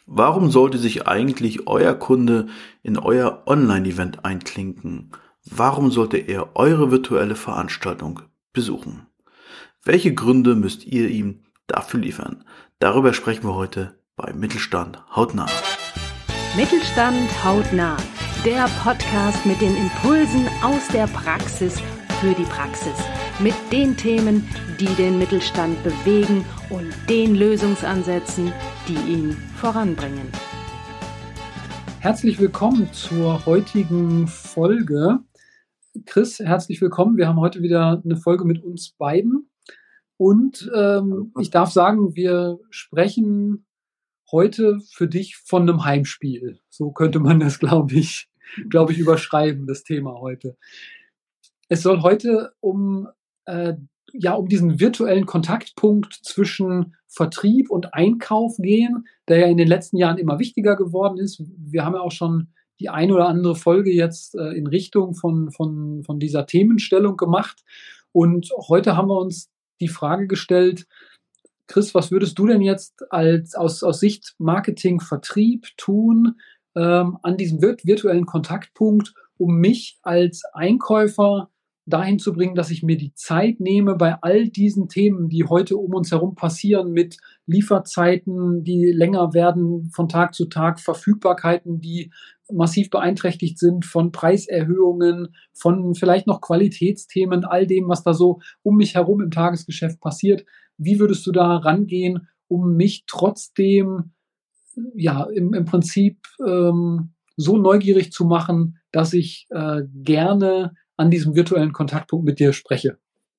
Warum sollte sich eigentlich euer Kunde in euer Online-Event einklinken? Warum sollte er eure virtuelle Veranstaltung besuchen? Welche Gründe müsst ihr ihm dafür liefern? Darüber sprechen wir heute bei Mittelstand hautnah. Mittelstand hautnah, der Podcast mit den Impulsen aus der Praxis für die Praxis, mit den Themen, die den Mittelstand bewegen und den Lösungsansätzen, die ihn voranbringen. Herzlich willkommen zur heutigen Folge. Chris, herzlich willkommen. Wir haben heute wieder eine Folge mit uns beiden. Und ich darf sagen, wir sprechen heute für dich von einem Heimspiel. So könnte man das, glaube ich, überschreiben, das Thema heute. Es soll heute um diesen virtuellen Kontaktpunkt zwischen Vertrieb und Einkauf gehen, der ja in den letzten Jahren immer wichtiger geworden ist. Wir haben ja auch schon die ein oder andere Folge jetzt in Richtung von dieser Themenstellung gemacht. Und heute haben wir uns die Frage gestellt, Chris, was würdest du denn jetzt aus Sicht Marketing, Vertrieb tun an diesem virtuellen Kontaktpunkt, um mich als Einkäufer dahin zu bringen, dass ich mir die Zeit nehme bei all diesen Themen, die heute um uns herum passieren, mit Lieferzeiten, die länger werden von Tag zu Tag, Verfügbarkeiten, die massiv beeinträchtigt sind, von Preiserhöhungen, von vielleicht noch Qualitätsthemen, all dem, was da so um mich herum im Tagesgeschäft passiert. Wie würdest du da rangehen, um mich trotzdem im Prinzip so neugierig zu machen, dass ich gerne an diesem virtuellen Kontaktpunkt mit dir spreche?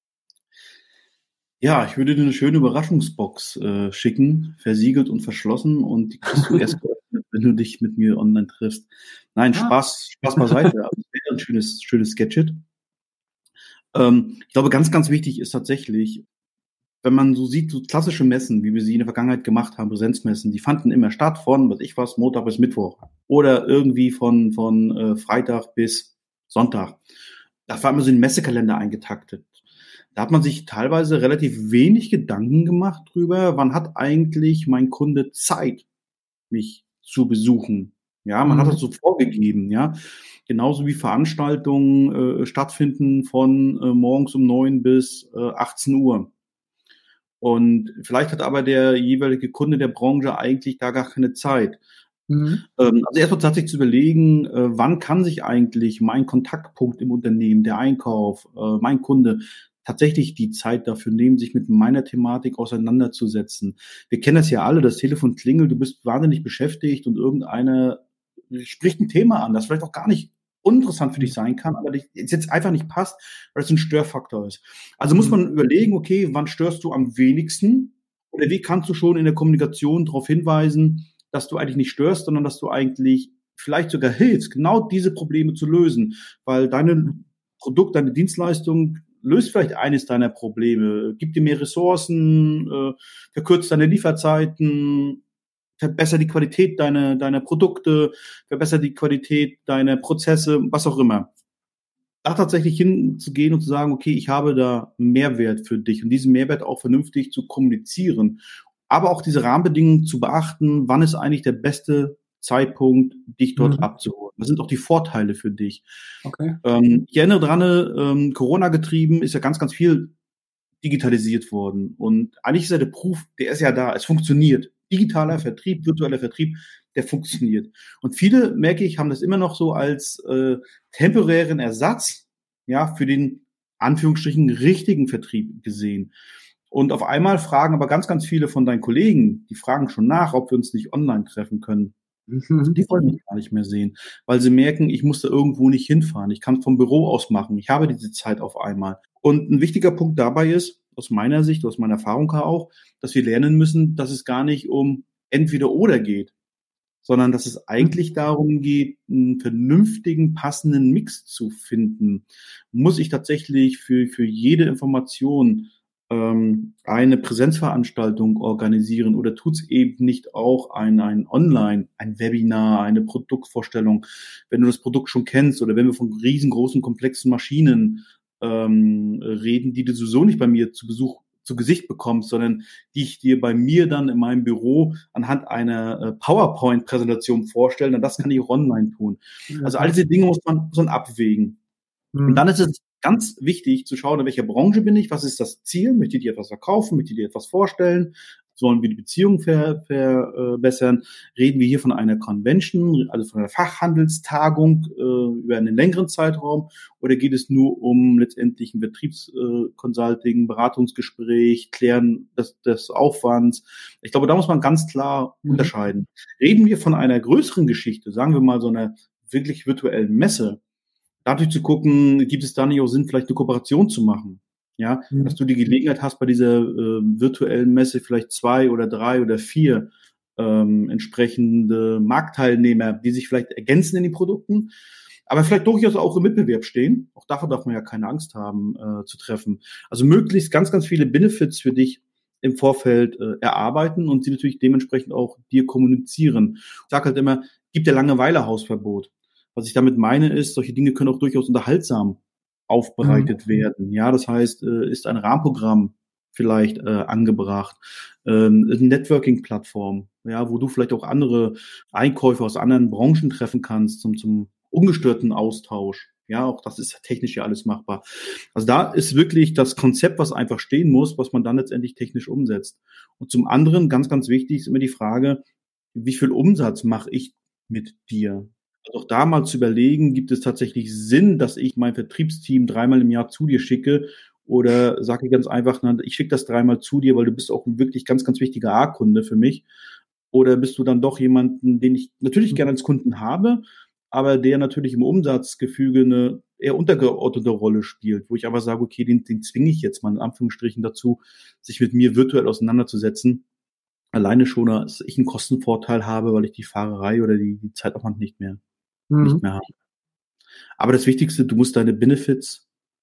Ja, ich würde dir eine schöne Überraschungsbox schicken, versiegelt und verschlossen, und die kriegst du erst geöffnet, wenn du dich mit mir online triffst. Nein, Spaß beiseite, aber es wäre ein schönes Gadget. Ich glaube, ganz, ganz wichtig ist tatsächlich, wenn man so sieht, so klassische Messen, wie wir sie in der Vergangenheit gemacht haben, Präsenzmessen, die fanden immer statt von, Montag bis Mittwoch oder irgendwie von Freitag bis Sonntag. Da war immer so ein Messekalender eingetaktet. Da hat man sich teilweise relativ wenig Gedanken gemacht drüber, wann hat eigentlich mein Kunde Zeit, mich zu besuchen. Ja, man hat das so vorgegeben, ja. Genauso wie Veranstaltungen stattfinden von morgens um 9 bis 18 Uhr. Und vielleicht hat aber der jeweilige Kunde der Branche eigentlich da gar keine Zeit. Also erstmal tatsächlich zu überlegen, wann kann sich eigentlich mein Kontaktpunkt im Unternehmen, der Einkauf, mein Kunde, tatsächlich die Zeit dafür nehmen, sich mit meiner Thematik auseinanderzusetzen. Wir kennen das ja alle, das Telefon klingelt, du bist wahnsinnig beschäftigt und irgendeiner spricht ein Thema an, das vielleicht auch gar nicht uninteressant für dich sein kann, aber es jetzt einfach nicht passt, weil es ein Störfaktor ist. Also muss man überlegen, okay, wann störst du am wenigsten oder wie kannst du schon in der Kommunikation darauf hinweisen, dass du eigentlich nicht störst, sondern dass du eigentlich vielleicht sogar hilfst, genau diese Probleme zu lösen, weil deine Produkt, deine Dienstleistung löst vielleicht eines deiner Probleme, gibt dir mehr Ressourcen, verkürzt deine Lieferzeiten, verbessert die Qualität deiner Produkte, verbessert die Qualität deiner Prozesse, was auch immer. Da tatsächlich hinzugehen und zu sagen, okay, ich habe da Mehrwert für dich und diesen Mehrwert auch vernünftig zu kommunizieren, aber auch diese Rahmenbedingungen zu beachten, wann ist eigentlich der beste Zeitpunkt, dich dort abzuholen. Was sind auch die Vorteile für dich? Okay. Ich erinnere dran, Corona getrieben ist ja ganz, ganz viel digitalisiert worden. Und eigentlich ist ja der Proof, der ist ja da, es funktioniert. Digitaler Vertrieb, virtueller Vertrieb, der funktioniert. Und viele, merke ich, haben das immer noch so als temporären Ersatz, ja, für den Anführungsstrichen richtigen Vertrieb gesehen. Und auf einmal fragen aber ganz, ganz viele von deinen Kollegen, die fragen schon nach, ob wir uns nicht online treffen können. Die wollen mich gar nicht mehr sehen, weil sie merken, ich muss da irgendwo nicht hinfahren. Ich kann vom Büro aus machen. Ich habe diese Zeit auf einmal. Und ein wichtiger Punkt dabei ist, aus meiner Sicht, aus meiner Erfahrung auch, dass wir lernen müssen, dass es gar nicht um entweder oder geht, sondern dass es eigentlich darum geht, einen vernünftigen, passenden Mix zu finden. Muss ich tatsächlich für jede Information eine Präsenzveranstaltung organisieren oder tut's eben nicht auch ein Online, ein Webinar, eine Produktvorstellung, wenn du das Produkt schon kennst oder wenn wir von riesengroßen, komplexen Maschinen reden, die du sowieso nicht bei mir zu Besuch zu Gesicht bekommst, sondern die ich dir bei mir dann in meinem Büro anhand einer PowerPoint-Präsentation vorstelle. Und das kann ich auch online tun. Also all diese Dinge muss man abwägen. Und dann ist es ganz wichtig zu schauen, in welcher Branche bin ich, was ist das Ziel, möchte ich dir etwas verkaufen, möchte ich dir etwas vorstellen, sollen wir die Beziehung verbessern, reden wir hier von einer Convention, also von einer Fachhandelstagung über einen längeren Zeitraum, oder geht es nur um letztendlich ein Betriebsconsulting, Beratungsgespräch, Klären des Aufwands. Ich glaube, da muss man ganz klar unterscheiden. Reden wir von einer größeren Geschichte, sagen wir mal so einer wirklich virtuellen Messe, dadurch zu gucken, gibt es da nicht auch Sinn, vielleicht eine Kooperation zu machen? Ja, dass du die Gelegenheit hast, bei dieser virtuellen Messe vielleicht 2 oder 3 oder 4 entsprechende Marktteilnehmer, die sich vielleicht ergänzen in den Produkten, aber vielleicht durchaus auch im Wettbewerb stehen. Auch davor darf man ja keine Angst haben, zu treffen. Also möglichst ganz, ganz viele Benefits für dich im Vorfeld erarbeiten und sie natürlich dementsprechend auch dir kommunizieren. Ich sage halt immer, gibt der Langeweile-Hausverbot. Was ich damit meine ist, solche Dinge können auch durchaus unterhaltsam aufbereitet werden. Ja, das heißt, ist ein Rahmenprogramm vielleicht angebracht, eine Networking-Plattform, ja, wo du vielleicht auch andere Einkäufer aus anderen Branchen treffen kannst zum ungestörten Austausch. Ja, auch das ist technisch ja alles machbar. Also da ist wirklich das Konzept, was einfach stehen muss, was man dann letztendlich technisch umsetzt. Und zum anderen, ganz, ganz wichtig, ist immer die Frage, wie viel Umsatz mache ich mit dir? Also auch da mal zu überlegen, gibt es tatsächlich Sinn, dass ich mein Vertriebsteam 3-mal im Jahr zu dir schicke? Oder sage ich ganz einfach, ich schicke das 3-mal zu dir, weil du bist auch ein wirklich ganz, ganz wichtiger A-Kunde für mich. Oder bist du dann doch jemanden, den ich natürlich gerne als Kunden habe, aber der natürlich im Umsatzgefüge eine eher untergeordnete Rolle spielt, wo ich aber sage, okay, den zwinge ich jetzt mal in Anführungsstrichen dazu, sich mit mir virtuell auseinanderzusetzen. Alleine schon, dass ich einen Kostenvorteil habe, weil ich die Fahrerei oder die Zeitaufwand nicht mehr habe. Aber das Wichtigste, du musst deine Benefits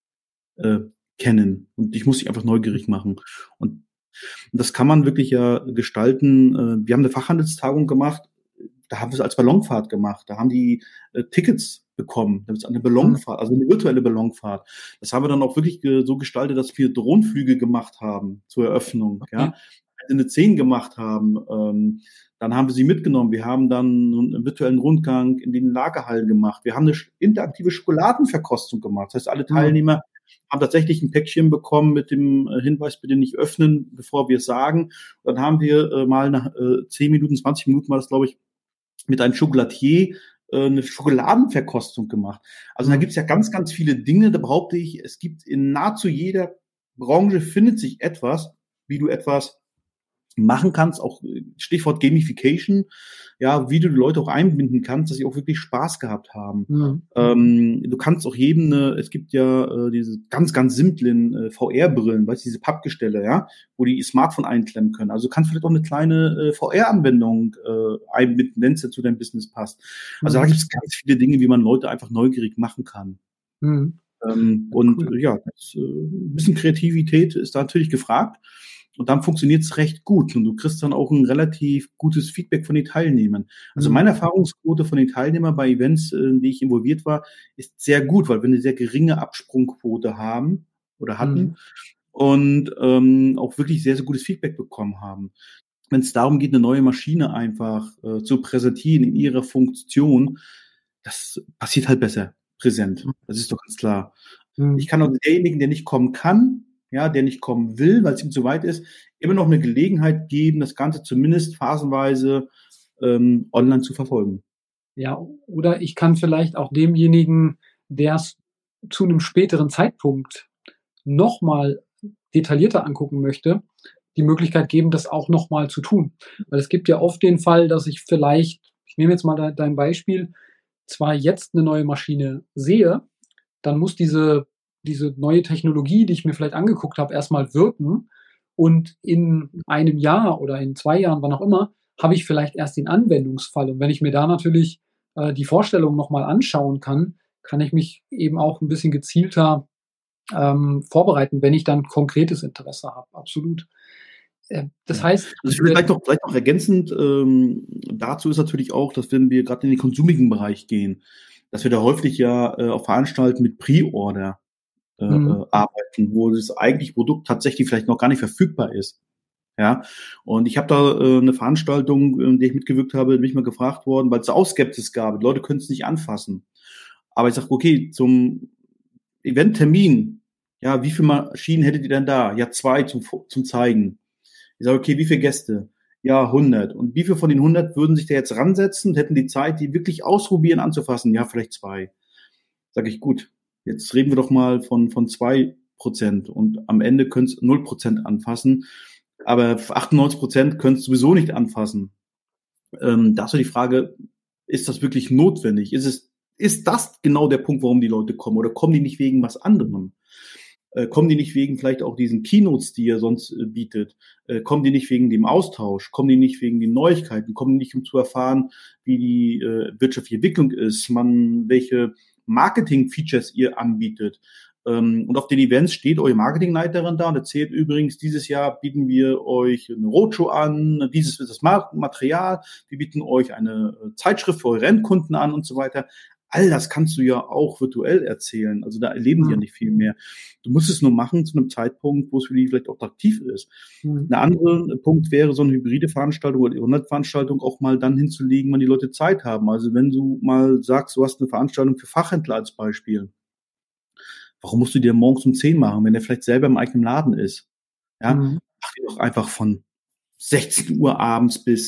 kennen und ich muss dich einfach neugierig machen. Und das kann man wirklich ja gestalten. Wir haben eine Fachhandelstagung gemacht, da haben wir es als Ballonfahrt gemacht. Da haben die Tickets bekommen. Das ist eine Ballonfahrt, also eine virtuelle Ballonfahrt. Das haben wir dann auch wirklich so gestaltet, dass wir Drohnenflüge gemacht haben zur Eröffnung. Okay. Ja, eine 10 gemacht haben. Dann haben wir sie mitgenommen. Wir haben dann einen virtuellen Rundgang in den Lagerhallen gemacht. Wir haben eine interaktive Schokoladenverkostung gemacht. Das heißt, alle Teilnehmer haben tatsächlich ein Päckchen bekommen mit dem Hinweis, bitte nicht öffnen, bevor wir es sagen. Und dann haben wir mal nach 10 Minuten, 20 Minuten war das, glaube ich, mit einem Chocolatier eine Schokoladenverkostung gemacht. Also da gibt es ja ganz, ganz viele Dinge. Da behaupte ich, es gibt in nahezu jeder Branche findet sich etwas, wie du etwas machen kannst, auch Stichwort Gamification, ja, wie du die Leute auch einbinden kannst, dass sie auch wirklich Spaß gehabt haben. Du kannst auch jedem, es gibt ja diese ganz, ganz simplen VR-Brillen, weißt du, diese Pappgestelle, ja, wo die Smartphone einklemmen können. Also du kannst vielleicht auch eine kleine VR-Anwendung einbinden, wenn es zu deinem Business passt. Also da gibt es ganz viele Dinge, wie man Leute einfach neugierig machen kann. Und cool. Ja, ein bisschen Kreativität ist da natürlich gefragt. Und dann funktioniert es recht gut und du kriegst dann auch ein relativ gutes Feedback von den Teilnehmern. Also meine Erfahrungsquote von den Teilnehmern bei Events, in die ich involviert war, ist sehr gut, weil wir eine sehr geringe Absprungquote haben oder hatten und auch wirklich sehr, sehr gutes Feedback bekommen haben. Wenn es darum geht, eine neue Maschine einfach zu präsentieren in ihrer Funktion, das passiert halt besser präsent. Das ist doch ganz klar. Ich kann auch derjenigen, der nicht kommen kann, ja, der nicht kommen will, weil es ihm zu weit ist, immer noch eine Gelegenheit geben, das Ganze zumindest phasenweise online zu verfolgen. Ja, oder ich kann vielleicht auch demjenigen, der es zu einem späteren Zeitpunkt nochmal detaillierter angucken möchte, die Möglichkeit geben, das auch nochmal zu tun. Weil es gibt ja oft den Fall, dass ich vielleicht, ich nehme jetzt mal dein Beispiel, zwar jetzt eine neue Maschine sehe, dann muss diese neue Technologie, die ich mir vielleicht angeguckt habe, erstmal wirken und in einem Jahr oder in 2 Jahren, wann auch immer, habe ich vielleicht erst den Anwendungsfall. Und wenn ich mir da natürlich die Vorstellung nochmal anschauen kann, kann ich mich eben auch ein bisschen gezielter vorbereiten, wenn ich dann konkretes Interesse habe. Absolut. Das heißt... Also vielleicht noch ergänzend dazu ist natürlich auch, dass wenn wir gerade in den konsumigen Bereich gehen, dass wir da häufig ja auch veranstalten mit Pre-Order. arbeiten, wo das eigentliche Produkt tatsächlich vielleicht noch gar nicht verfügbar ist. Ja, und ich habe da eine Veranstaltung, in der ich mitgewirkt habe, bin ich mal gefragt worden, weil es auch Skepsis gab. Die Leute können es nicht anfassen. Aber ich sage, okay, zum Eventtermin, ja, wie viele Maschinen hättet ihr denn da? Ja, 2 zum Zeigen. Ich sage, okay, wie viele Gäste? Ja, 100. Und wie viele von den 100 würden sich da jetzt ransetzen und hätten die Zeit, die wirklich ausprobieren anzufassen? Ja, vielleicht 2. Sage ich, gut, jetzt reden wir doch mal von 2%. Und am Ende können es 0% anfassen. Aber 98% können es sowieso nicht anfassen. Da ist so die Frage, ist das wirklich notwendig? Ist das genau der Punkt, warum die Leute kommen? Oder kommen die nicht wegen was anderem? Kommen die nicht wegen vielleicht auch diesen Keynotes, die ihr sonst bietet? Kommen die nicht wegen dem Austausch? Kommen die nicht wegen den Neuigkeiten? Kommen die nicht, um zu erfahren, wie die wirtschaftliche Entwicklung ist, welche Marketing-Features ihr anbietet? Und auf den Events steht eure Marketingleiterin da und erzählt übrigens, dieses Jahr bieten wir euch eine Roadshow an, dieses ist das Material, wir bieten euch eine Zeitschrift für eure Endkunden an und so weiter. All das kannst du ja auch virtuell erzählen. Also da erleben die ja nicht viel mehr. Du musst es nur machen zu einem Zeitpunkt, wo es für die vielleicht auch attraktiv ist. Ein anderer Punkt wäre, so eine hybride Veranstaltung oder Online-Veranstaltung auch mal dann hinzulegen, wann die Leute Zeit haben. Also wenn du mal sagst, du hast eine Veranstaltung für Fachhändler als Beispiel. Warum musst du dir morgens um 10 machen, wenn der vielleicht selber im eigenen Laden ist? Ja, mach die doch einfach von 16 Uhr abends bis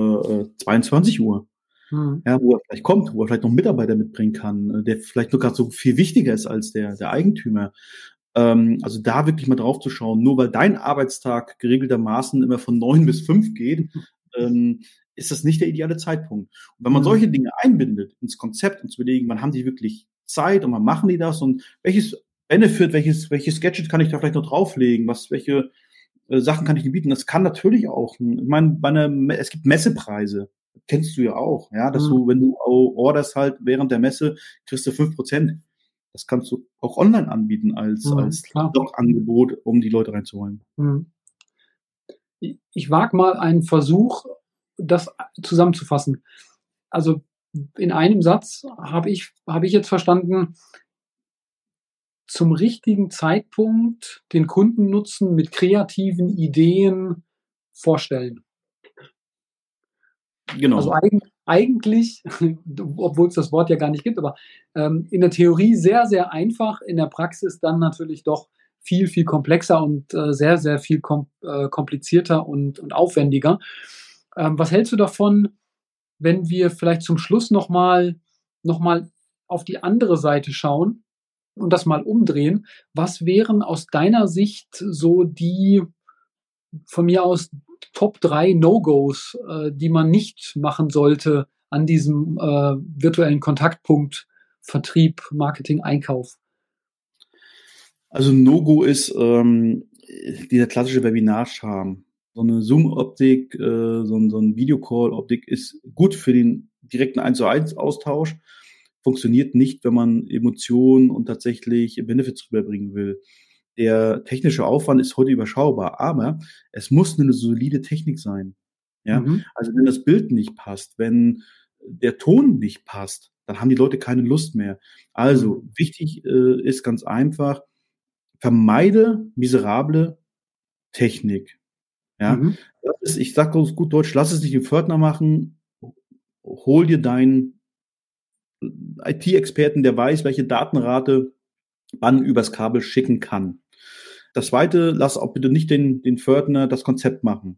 22 Uhr. Ja, wo er vielleicht kommt, wo er vielleicht noch einen Mitarbeiter mitbringen kann, der vielleicht noch gerade so viel wichtiger ist als der Eigentümer. Also da wirklich mal drauf zu schauen, nur weil dein Arbeitstag geregeltermaßen immer von 9 bis 5 geht, ist das nicht der ideale Zeitpunkt. Und wenn man solche Dinge einbindet ins Konzept und zu überlegen, wann haben die wirklich Zeit und wann machen die das und welches Benefit, welches Gadget kann ich da vielleicht noch drauflegen, welche Sachen kann ich denn bieten? Das kann natürlich auch, ich meine, es gibt Messepreise, kennst du ja auch, ja, dass du, wenn du orderst halt während der Messe, kriegst du 5%. Das kannst du auch online anbieten als Doc-Angebot, um die Leute reinzuholen. Ich wage mal einen Versuch, das zusammenzufassen. Also in einem Satz habe ich jetzt verstanden, zum richtigen Zeitpunkt den Kundennutzen mit kreativen Ideen vorstellen. Genau. Also eigentlich, obwohl es das Wort ja gar nicht gibt, aber in der Theorie sehr, sehr einfach, in der Praxis dann natürlich doch viel, viel komplexer und sehr, sehr viel komplizierter und aufwendiger. Was hältst du davon, wenn wir vielleicht zum Schluss noch mal auf die andere Seite schauen und das mal umdrehen? Was wären aus deiner Sicht so die von mir aus Top 3 No-Gos, die man nicht machen sollte an diesem virtuellen Kontaktpunkt Vertrieb, Marketing, Einkauf? Also No-Go ist dieser klassische Webinar-Charme. So eine Zoom-Optik, so ein Videocall-Optik ist gut für den direkten 1:1 Austausch, funktioniert nicht, wenn man Emotionen und tatsächlich Benefits rüberbringen will. Der technische Aufwand ist heute überschaubar, aber es muss eine solide Technik sein. Ja, also wenn das Bild nicht passt, wenn der Ton nicht passt, dann haben die Leute keine Lust mehr. Also wichtig ist ganz einfach, vermeide miserable Technik. Ja, ich sage auf gut Deutsch, lass es nicht den Pförtner machen, hol dir deinen IT-Experten, der weiß, welche Datenrate man übers Kabel schicken kann. Das Zweite, lass auch bitte nicht den Pförtner das Konzept machen.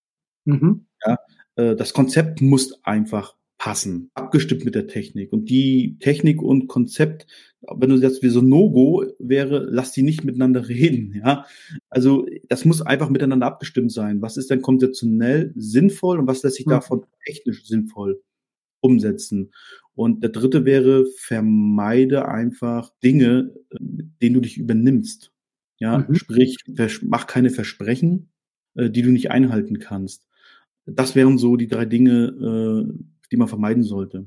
Ja, das Konzept muss einfach passen, abgestimmt mit der Technik. Und die Technik und Konzept, wenn du sagst, wie so No-Go wäre, lass die nicht miteinander reden. Ja, also das muss einfach miteinander abgestimmt sein. Was ist denn konzeptionell sinnvoll und was lässt sich davon technisch sinnvoll umsetzen? Und der dritte wäre, vermeide einfach Dinge, mit denen du dich übernimmst. Ja, sprich, mach keine Versprechen, die du nicht einhalten kannst. Das wären so die 3 Dinge, die man vermeiden sollte.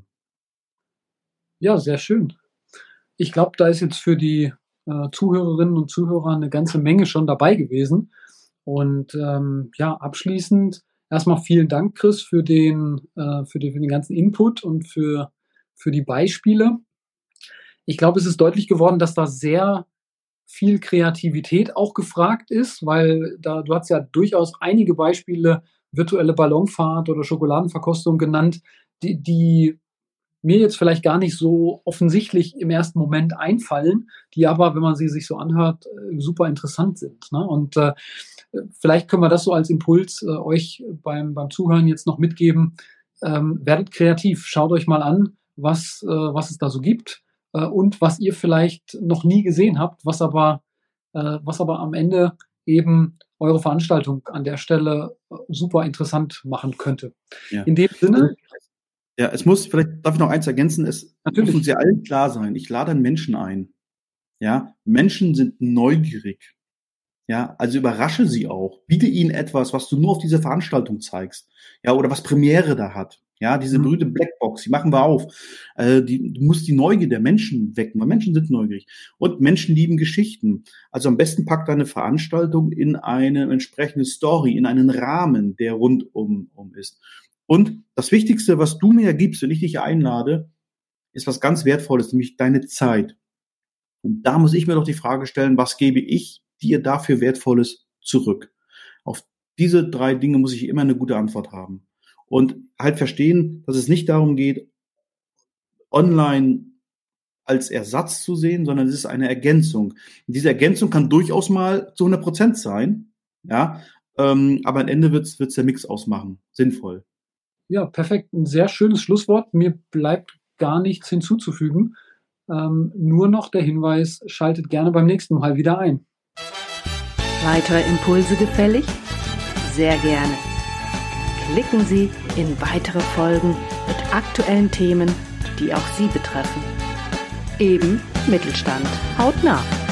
Ja, sehr schön. Ich glaube, da ist jetzt für die Zuhörerinnen und Zuhörer eine ganze Menge schon dabei gewesen. Und abschließend erstmal vielen Dank, Chris, für den ganzen Input und für die Beispiele. Ich glaube, es ist deutlich geworden, dass da sehr viel Kreativität auch gefragt ist, weil du hast ja durchaus einige Beispiele, virtuelle Ballonfahrt oder Schokoladenverkostung genannt, die mir jetzt vielleicht gar nicht so offensichtlich im ersten Moment einfallen, die aber, wenn man sie sich so anhört, super interessant sind. Ne? Und vielleicht können wir das so als Impuls euch beim Zuhören jetzt noch mitgeben. Werdet kreativ, schaut euch mal an, was es da so gibt und was ihr vielleicht noch nie gesehen habt, was aber am Ende eben eure Veranstaltung an der Stelle super interessant machen könnte. Ja. In dem Sinne. Ja, darf ich noch eins ergänzen, es muss uns ja allen klar sein, ich lade einen Menschen ein. Ja, Menschen sind neugierig. Ja, also überrasche sie auch. Biete ihnen etwas, was du nur auf dieser Veranstaltung zeigst. Ja, oder was Premiere da hat. Ja, diese berühmte Blackbox, die machen wir auf. Du musst die Neugier der Menschen wecken, weil Menschen sind neugierig. Und Menschen lieben Geschichten. Also am besten pack deine Veranstaltung in eine entsprechende Story, in einen Rahmen, der rundum ist. Und das Wichtigste, was du mir gibst, wenn ich dich einlade, ist was ganz Wertvolles, nämlich deine Zeit. Und da muss ich mir doch die Frage stellen, was gebe ich dir dafür Wertvolles zurück? Auf diese 3 Dinge muss ich immer eine gute Antwort haben. Und halt verstehen, dass es nicht darum geht, online als Ersatz zu sehen, sondern es ist eine Ergänzung. Und diese Ergänzung kann durchaus mal zu 100% sein, ja, aber am Ende wird's der Mix ausmachen, sinnvoll. Ja, perfekt. Ein sehr schönes Schlusswort. Mir bleibt gar nichts hinzuzufügen. Nur noch der Hinweis, schaltet gerne beim nächsten Mal wieder ein. Weitere Impulse gefällig? Sehr gerne. Klicken Sie in weitere Folgen mit aktuellen Themen, die auch Sie betreffen. Eben Mittelstand hautnah.